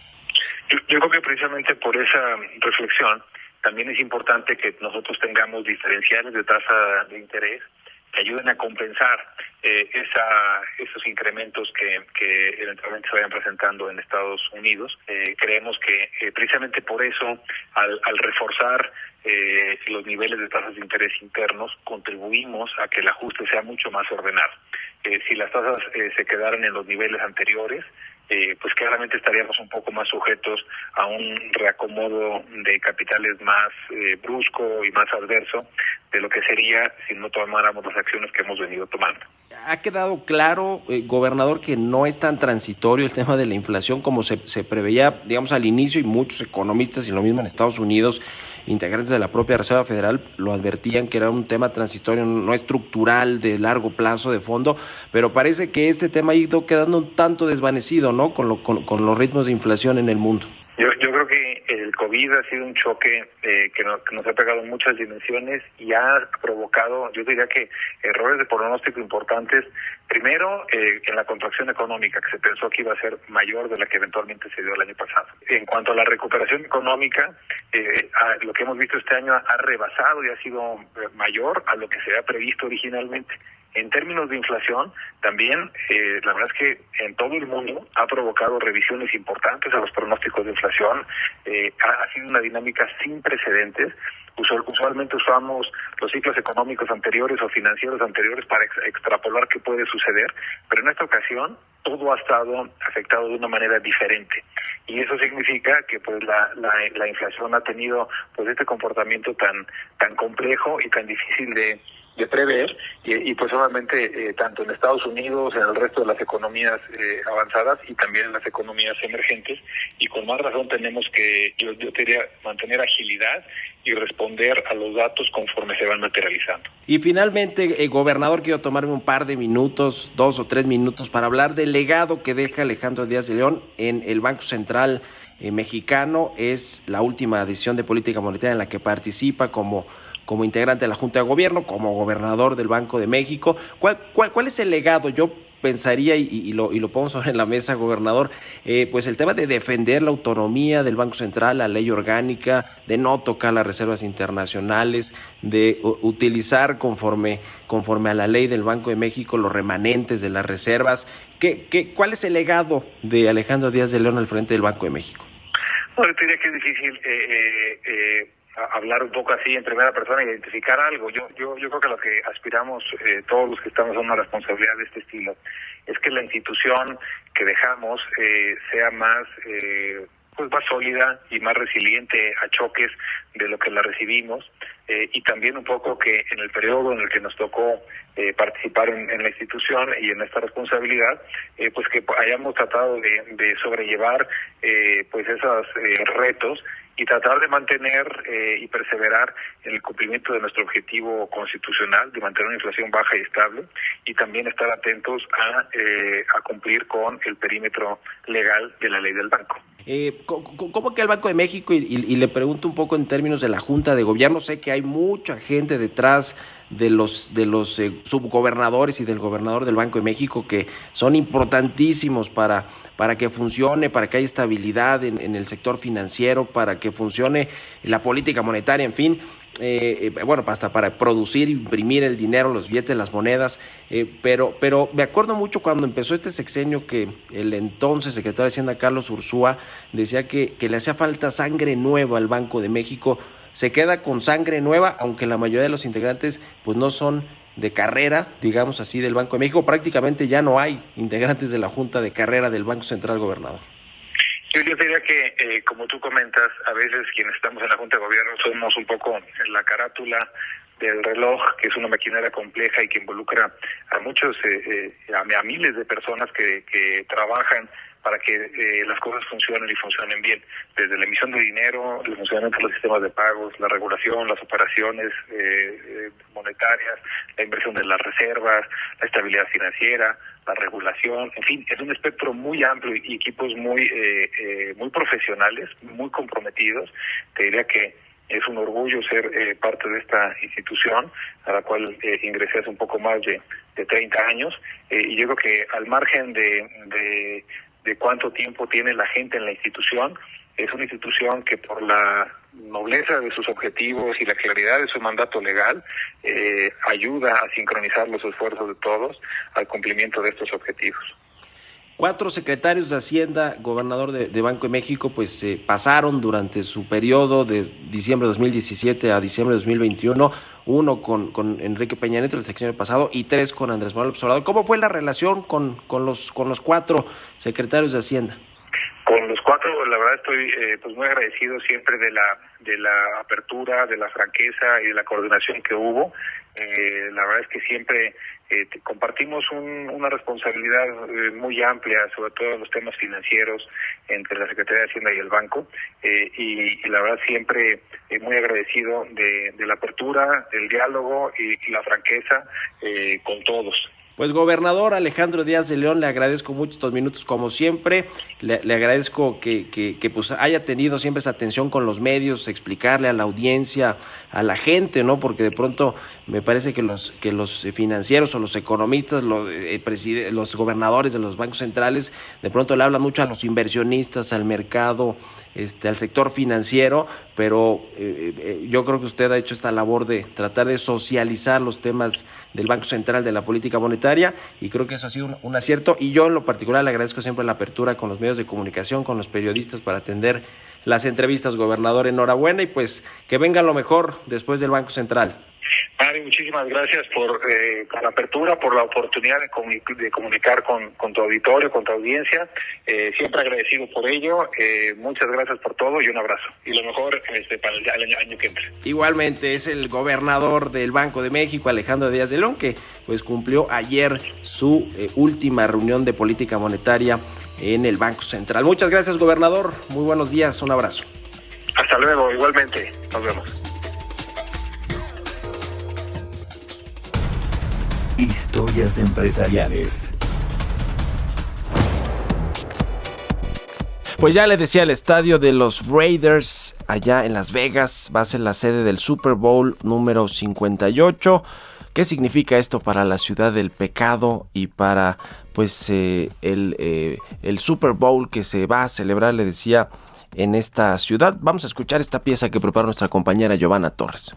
Yo, yo creo que precisamente por esa reflexión también es importante que nosotros tengamos diferenciales de tasa de interés que ayuden a compensar eh, esa, esos incrementos que, que eventualmente se vayan presentando en Estados Unidos. Eh, creemos que eh, precisamente por eso, al, al reforzar eh, los niveles de tasas de interés internos, contribuimos a que el ajuste sea mucho más ordenado. Eh, si las tasas eh, se quedaran en los niveles anteriores, Eh, pues claramente estaríamos un poco más sujetos a un reacomodo de capitales más eh, brusco y más adverso de lo que sería si no tomáramos las acciones que hemos venido tomando. Ha quedado claro, eh, gobernador, que no es tan transitorio el tema de la inflación como se, se preveía, digamos, al inicio, y muchos economistas, y lo mismo en Estados Unidos, integrantes de la propia Reserva Federal, lo advertían que era un tema transitorio, no estructural, de largo plazo, de fondo, pero parece que este tema ha ido quedando un tanto desvanecido, ¿no?, con, lo, con, con los ritmos de inflación en el mundo. Yo, yo creo que el COVID ha sido un choque eh, que, no, que nos ha pegado en muchas dimensiones y ha provocado, yo diría que errores de pronóstico importantes. Primero, eh, en la contracción económica, que se pensó que iba a ser mayor de la que eventualmente se dio el año pasado. En cuanto a la recuperación económica, eh, a, lo que hemos visto este año ha rebasado y ha sido mayor a lo que se había previsto originalmente. En términos de inflación, también eh, la verdad es que en todo el mundo ha provocado revisiones importantes a los pronósticos de inflación. Eh, ha, ha sido una dinámica sin precedentes. Usual, usualmente usamos los ciclos económicos anteriores o financieros anteriores para ex, extrapolar qué puede suceder, pero en esta ocasión todo ha estado afectado de una manera diferente. Y eso significa que pues la, la, la inflación ha tenido pues este comportamiento tan, tan complejo y tan difícil de de prever, y, y pues obviamente eh, tanto en Estados Unidos, en el resto de las economías eh, avanzadas y también en las economías emergentes, y con más razón tenemos que, yo, yo diría, mantener agilidad y responder a los datos conforme se van materializando. Y finalmente, eh, gobernador, quiero tomarme un par de minutos, dos o tres minutos, para hablar del legado que deja Alejandro Díaz de León en el Banco Central eh, mexicano. Es la última decisión de política monetaria en la que participa como como integrante de la Junta de Gobierno, como gobernador del Banco de México. ¿Cuál, cuál, cuál es el legado? Yo pensaría, y, y, lo, y lo pongo sobre la mesa, gobernador, eh, pues el tema de defender la autonomía del Banco Central, la ley orgánica, de no tocar las reservas internacionales, de uh, utilizar conforme, conforme a la ley del Banco de México los remanentes de las reservas. ¿Qué, qué, ¿Cuál es el legado de Alejandro Díaz de León al frente del Banco de México? Bueno, yo diría que es difícil eh, eh, eh, hablar un poco así en primera persona, identificar algo. Yo yo yo creo que lo que aspiramos eh, todos los que estamos en una responsabilidad de este estilo es que la institución que dejamos eh, sea más eh, pues más sólida y más resiliente a choques de lo que la recibimos, eh, y también un poco que en el periodo en el que nos tocó eh, participar en, en la institución y en esta responsabilidad, eh, pues que hayamos tratado de, de sobrellevar eh, pues esos eh, retos y tratar de mantener eh, y perseverar en el cumplimiento de nuestro objetivo constitucional de mantener una inflación baja y estable, y también estar atentos a, eh, a cumplir con el perímetro legal de la ley del banco. Eh, ¿Cómo que el Banco de México? Y, y, y le pregunto un poco en términos de la Junta de Gobierno. Sé que hay mucha gente detrás de los de los eh, subgobernadores y del gobernador del Banco de México que son importantísimos para, para que funcione, para que haya estabilidad en, en el sector financiero, para que funcione la política monetaria, en fin. Eh, eh, bueno, hasta para producir, imprimir el dinero, los billetes, las monedas, eh, pero pero me acuerdo mucho cuando empezó este sexenio que el entonces secretario de Hacienda, Carlos Ursúa, decía que, que le hacía falta sangre nueva al Banco de México. Se queda con sangre nueva, aunque la mayoría de los integrantes pues no son de carrera, digamos así, del Banco de México. Prácticamente ya no hay integrantes de la Junta de Carrera del Banco Central, gobernador. Yo, yo diría que, eh, como tú comentas, a veces quienes estamos en la Junta de Gobierno somos un poco en la carátula del reloj, que es una maquinaria compleja y que involucra a muchos, eh, eh, a, a miles de personas que, que trabajan para que eh, las cosas funcionen y funcionen bien, desde la emisión de dinero, el funcionamiento de los sistemas de pagos, la regulación, las operaciones eh, eh, monetarias, la inversión de las reservas, la estabilidad financiera, la regulación, en fin, es un espectro muy amplio y equipos muy eh, eh, muy profesionales, muy comprometidos. Te diría que Es un orgullo ser eh, parte de esta institución, a la cual eh, ingresé hace un poco más de, de treinta años, eh, y yo creo que al margen de, de, de cuánto tiempo tiene la gente en la institución, es una institución que por la nobleza de sus objetivos y la claridad de su mandato legal, eh, ayuda a sincronizar los esfuerzos de todos al cumplimiento de estos objetivos. Cuatro secretarios de Hacienda, gobernador de, de Banco de México, pues eh, pasaron durante su periodo de diciembre de dos mil diecisiete a diciembre de dos mil veintiuno, uno con, con Enrique Peña Nieto el sexenio pasado y tres con Andrés Manuel López Obrador. ¿Cómo fue la relación con, con, los, con los cuatro secretarios de Hacienda? Con los cuatro, la verdad estoy eh, pues muy agradecido siempre de la de la apertura, de la franqueza y de la coordinación que hubo. Eh, la verdad es que siempre eh, compartimos un, una responsabilidad eh, muy amplia, sobre todo en los temas financieros, entre la Secretaría de Hacienda y el banco, eh, y, y la verdad siempre eh, muy agradecido de, de la apertura, del diálogo y, y la franqueza eh, con todos. Pues gobernador Alejandro Díaz de León, le agradezco mucho estos minutos como siempre, le, le agradezco que, que, que pues haya tenido siempre esa atención con los medios, explicarle a la audiencia, a la gente, ¿no? Porque de pronto me parece que los que los financieros o los economistas, los, eh, preside, los gobernadores de los bancos centrales, de pronto le hablan mucho a los inversionistas, al mercado, este, al sector financiero, pero eh, eh, yo creo que usted ha hecho esta labor de tratar de socializar los temas del Banco Central, de la política monetaria, y creo que eso ha sido un, un acierto, y yo en lo particular le agradezco siempre la apertura con los medios de comunicación, con los periodistas para atender las entrevistas. Gobernador, enhorabuena, y pues que venga lo mejor después del Banco Central. Mario, muchísimas gracias por, eh, por la apertura, por la oportunidad de, comunic- de comunicar con, con tu auditorio, con tu audiencia. Eh, siempre agradecido por ello. Eh, muchas gracias por todo y un abrazo. Y lo mejor este, para el año, año que entra. Igualmente es el gobernador del Banco de México, Alejandro Díaz de León, que pues cumplió ayer su eh, última reunión de política monetaria en el Banco Central. Muchas gracias, gobernador. Muy buenos días. Un abrazo. Hasta luego. Igualmente. Nos vemos. Historias empresariales. Pues ya le decía, el estadio de los Raiders allá en Las Vegas va a ser la sede del Super Bowl número cincuenta y ocho. ¿Qué significa esto para la ciudad del pecado y para pues eh, el, eh, el Super Bowl que se va a celebrar, le decía, en esta ciudad? Vamos a escuchar esta pieza que preparó nuestra compañera Giovanna Torres.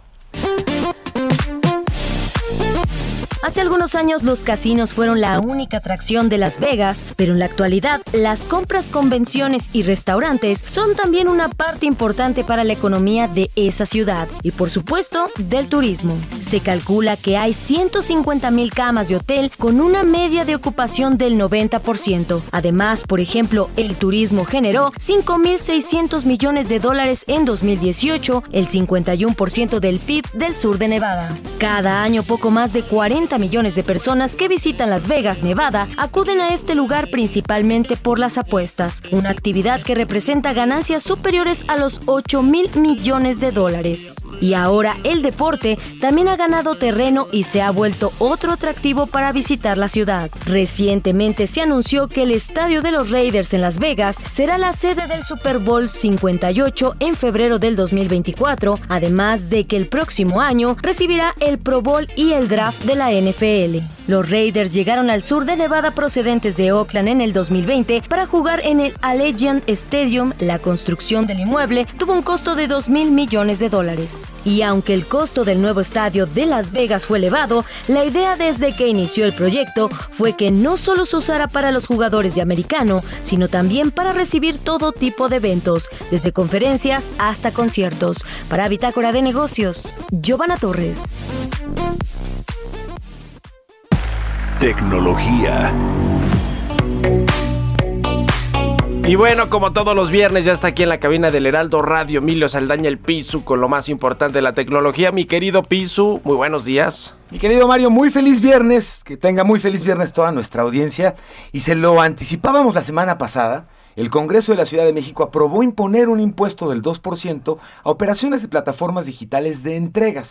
Hace algunos años los casinos fueron la única atracción de Las Vegas, pero en la actualidad las compras, convenciones y restaurantes son también una parte importante para la economía de esa ciudad y por supuesto del turismo. Se calcula que hay ciento cincuenta mil camas de hotel con una media de ocupación del noventa por ciento. Además, por ejemplo, el turismo generó cinco mil seiscientos millones de dólares en dos mil dieciocho, el cincuenta y uno por ciento del P I B del sur de Nevada. Cada año poco más de cuarenta millones de personas que visitan Las Vegas, Nevada, acuden a este lugar principalmente por las apuestas, una actividad que representa ganancias superiores a los ocho mil millones de dólares. Y ahora el deporte también ha ganado terreno y se ha vuelto otro atractivo para visitar la ciudad. Recientemente se anunció que el estadio de los Raiders en Las Vegas será la sede del Super Bowl cincuenta y ocho en febrero del dos mil veinticuatro, además de que el próximo año recibirá el Pro Bowl y el draft de la N F L. Los Raiders llegaron al sur de Nevada procedentes de Oakland en el dos mil veinte para jugar en el Allegiant Stadium. La construcción del inmueble tuvo un costo de dos mil millones de dólares. Y aunque el costo del nuevo estadio de Las Vegas fue elevado, la idea desde que inició el proyecto fue que no solo se usara para los jugadores de americano, sino también para recibir todo tipo de eventos, desde conferencias hasta conciertos. Para Bitácora de Negocios, Giovanna Torres. Tecnología. Y bueno, como todos los viernes, ya está aquí en la cabina del Heraldo Radio Emilio Saldaña, el Pisu, con lo más importante de la tecnología. Mi querido Pisu, muy buenos días. Mi querido Mario, muy feliz viernes, que tenga muy feliz viernes toda nuestra audiencia. Y se lo anticipábamos la semana pasada, el Congreso de la Ciudad de México aprobó imponer un impuesto del dos por ciento a operaciones de plataformas digitales de entregas.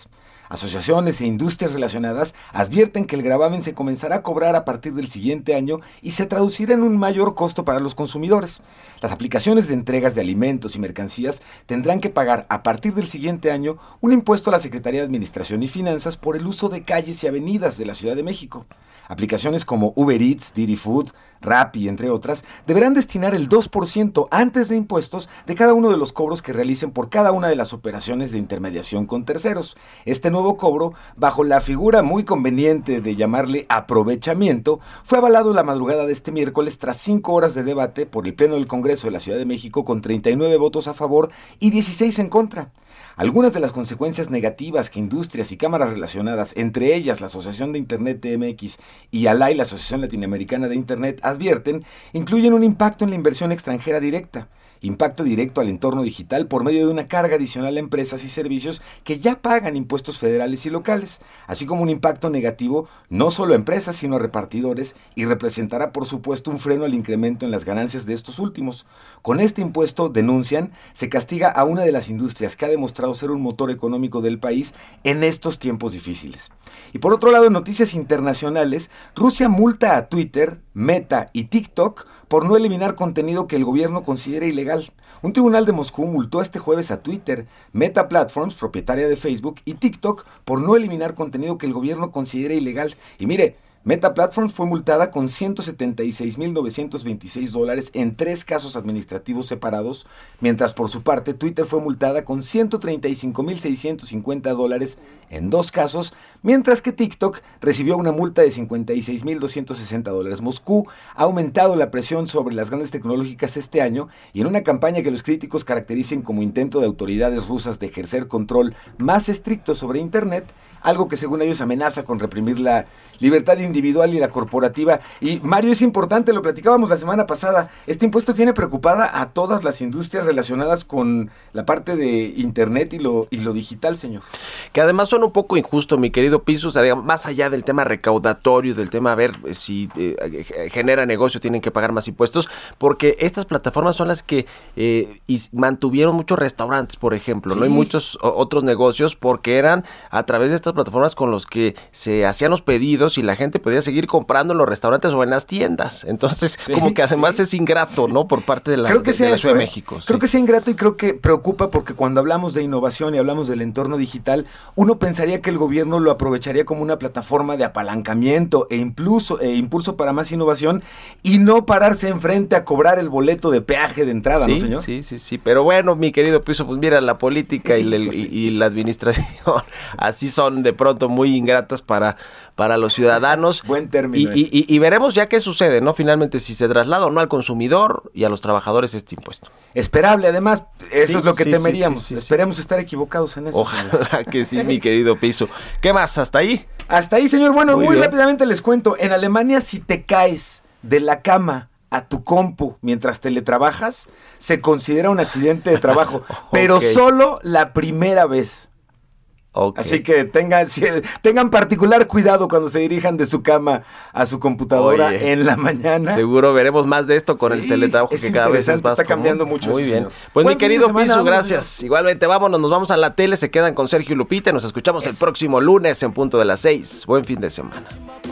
Asociaciones e industrias relacionadas advierten que el gravamen se comenzará a cobrar a partir del siguiente año y se traducirá en un mayor costo para los consumidores. Las aplicaciones de entregas de alimentos y mercancías tendrán que pagar a partir del siguiente año un impuesto a la Secretaría de Administración y Finanzas por el uso de calles y avenidas de la Ciudad de México. Aplicaciones como Uber Eats, Didi Food, Rappi, entre otras, deberán destinar el dos por ciento antes de impuestos de cada uno de los cobros que realicen por cada una de las operaciones de intermediación con terceros. Este nuevo cobro, bajo la figura muy conveniente de llamarle aprovechamiento, fue avalado la madrugada de este miércoles tras cinco horas de debate por el Pleno del Congreso de la Ciudad de México con treinta y nueve votos a favor y dieciséis en contra. Algunas de las consecuencias negativas que industrias y cámaras relacionadas, entre ellas la Asociación de Internet T M X y A L A I, la Asociación Latinoamericana de Internet, advierten, incluyen un impacto en la inversión extranjera directa, impacto directo al entorno digital por medio de una carga adicional a empresas y servicios que ya pagan impuestos federales y locales, así como un impacto negativo no solo a empresas sino a repartidores, y representará por supuesto un freno al incremento en las ganancias de estos últimos. Con este impuesto, denuncian, se castiga a una de las industrias que ha demostrado ser un motor económico del país en estos tiempos difíciles. Y por otro lado, en noticias internacionales, Rusia multa a Twitter, Meta y TikTok por no eliminar contenido que el gobierno considera ilegal. Un tribunal de Moscú multó este jueves a Twitter, Meta Platforms, propietaria de Facebook, y TikTok por no eliminar contenido que el gobierno considera ilegal. Y mire, Meta Platforms fue multada con ciento setenta y seis mil novecientos veintiséis dólares en tres casos administrativos separados, mientras por su parte Twitter fue multada con ciento treinta y cinco mil seiscientos cincuenta dólares en dos casos, mientras que TikTok recibió una multa de cincuenta y seis mil doscientos sesenta dólares. Moscú ha aumentado la presión sobre las grandes tecnológicas este año y en una campaña que los críticos caractericen como intento de autoridades rusas de ejercer control más estricto sobre Internet, algo que según ellos amenaza con reprimir la libertad individual y la corporativa. Y Mario, es importante, lo platicábamos la semana pasada, este impuesto tiene preocupada a todas las industrias relacionadas con la parte de Internet y lo, y lo digital, señor. Que además suena un poco injusto, mi querido Piso, o sea, digamos, más allá del tema recaudatorio, del tema a ver si eh, genera negocio, tienen que pagar más impuestos, porque estas plataformas son las que eh, y mantuvieron muchos restaurantes, por ejemplo, sí. ¿no? Y muchos o, otros negocios, porque eran a través de estas plataformas con los que se hacían los pedidos y la gente podía seguir comprando en los restaurantes o en las tiendas. Entonces, sí, como que además sí. es ingrato, ¿no? Por parte de la, creo que de, sea de la eso, Ciudad de ¿eh? México. Sí. Creo que sea ingrato y creo que preocupa porque cuando hablamos de innovación y hablamos del entorno digital, uno pensaría que el gobierno lo aprovecharía como una plataforma de apalancamiento e impulso, e impulso para más innovación y no pararse enfrente a cobrar el boleto de peaje de entrada, sí, ¿no, señor? Sí, sí, sí. Pero bueno, mi querido Piso, pues mira, la política y, la, y, y la administración así son de pronto muy ingratas para, para los ciudadanos. Buen término. Y, y, y veremos ya qué sucede, ¿no? Finalmente, si se traslada o no al consumidor y a los trabajadores este impuesto. Esperable, además, eso sí, es lo que sí, temeríamos. Sí, sí, sí, Esperemos sí. estar equivocados en eso. Ojalá señor. que sí, mi querido Piso. ¿Qué más? ¿Hasta ahí? Hasta ahí, señor. Bueno, muy, muy rápidamente les cuento. En Alemania, si te caes de la cama a tu compu mientras teletrabajas, se considera un accidente de trabajo, okay. pero solo la primera vez. Okay. Así que tengan, tengan particular cuidado cuando se dirijan de su cama a su computadora Oye, en la mañana. Seguro veremos más de esto con sí, el teletrabajo que cada vez es más está cambiando mucho. Muy bien. Señor. Pues Buen mi querido semana, Piso, vamos, gracias. Señor. Igualmente, vámonos, nos vamos a la tele, se quedan con Sergio y Lupita, nos escuchamos Eso. el próximo lunes en punto de las seis. Buen fin de semana.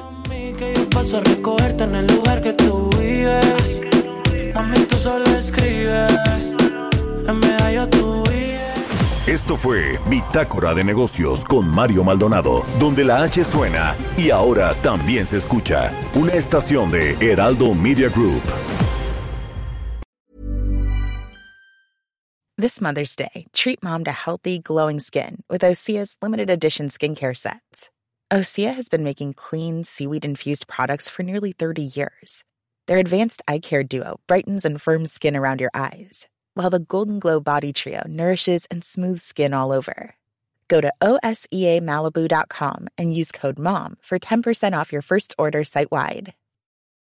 Que yo paso a recogerte en el lugar que tú vives. Mami, tú solo escribes. En medallo tú vives. Esto fue Bitácora de Negocios con Mario Maldonado, donde la H suena y ahora también se escucha. Una estación de Heraldo Media Group. This Mother's Day, treat mom to healthy, glowing skin with Osea's limited edition skincare sets. Osea has been making clean, seaweed-infused products for nearly thirty years. Their advanced eye care duo brightens and firms skin around your eyes, while the Golden Glow Body Trio nourishes and smooths skin all over. Go to O S E A Malibu dot com and use code MOM for ten percent off your first order site-wide.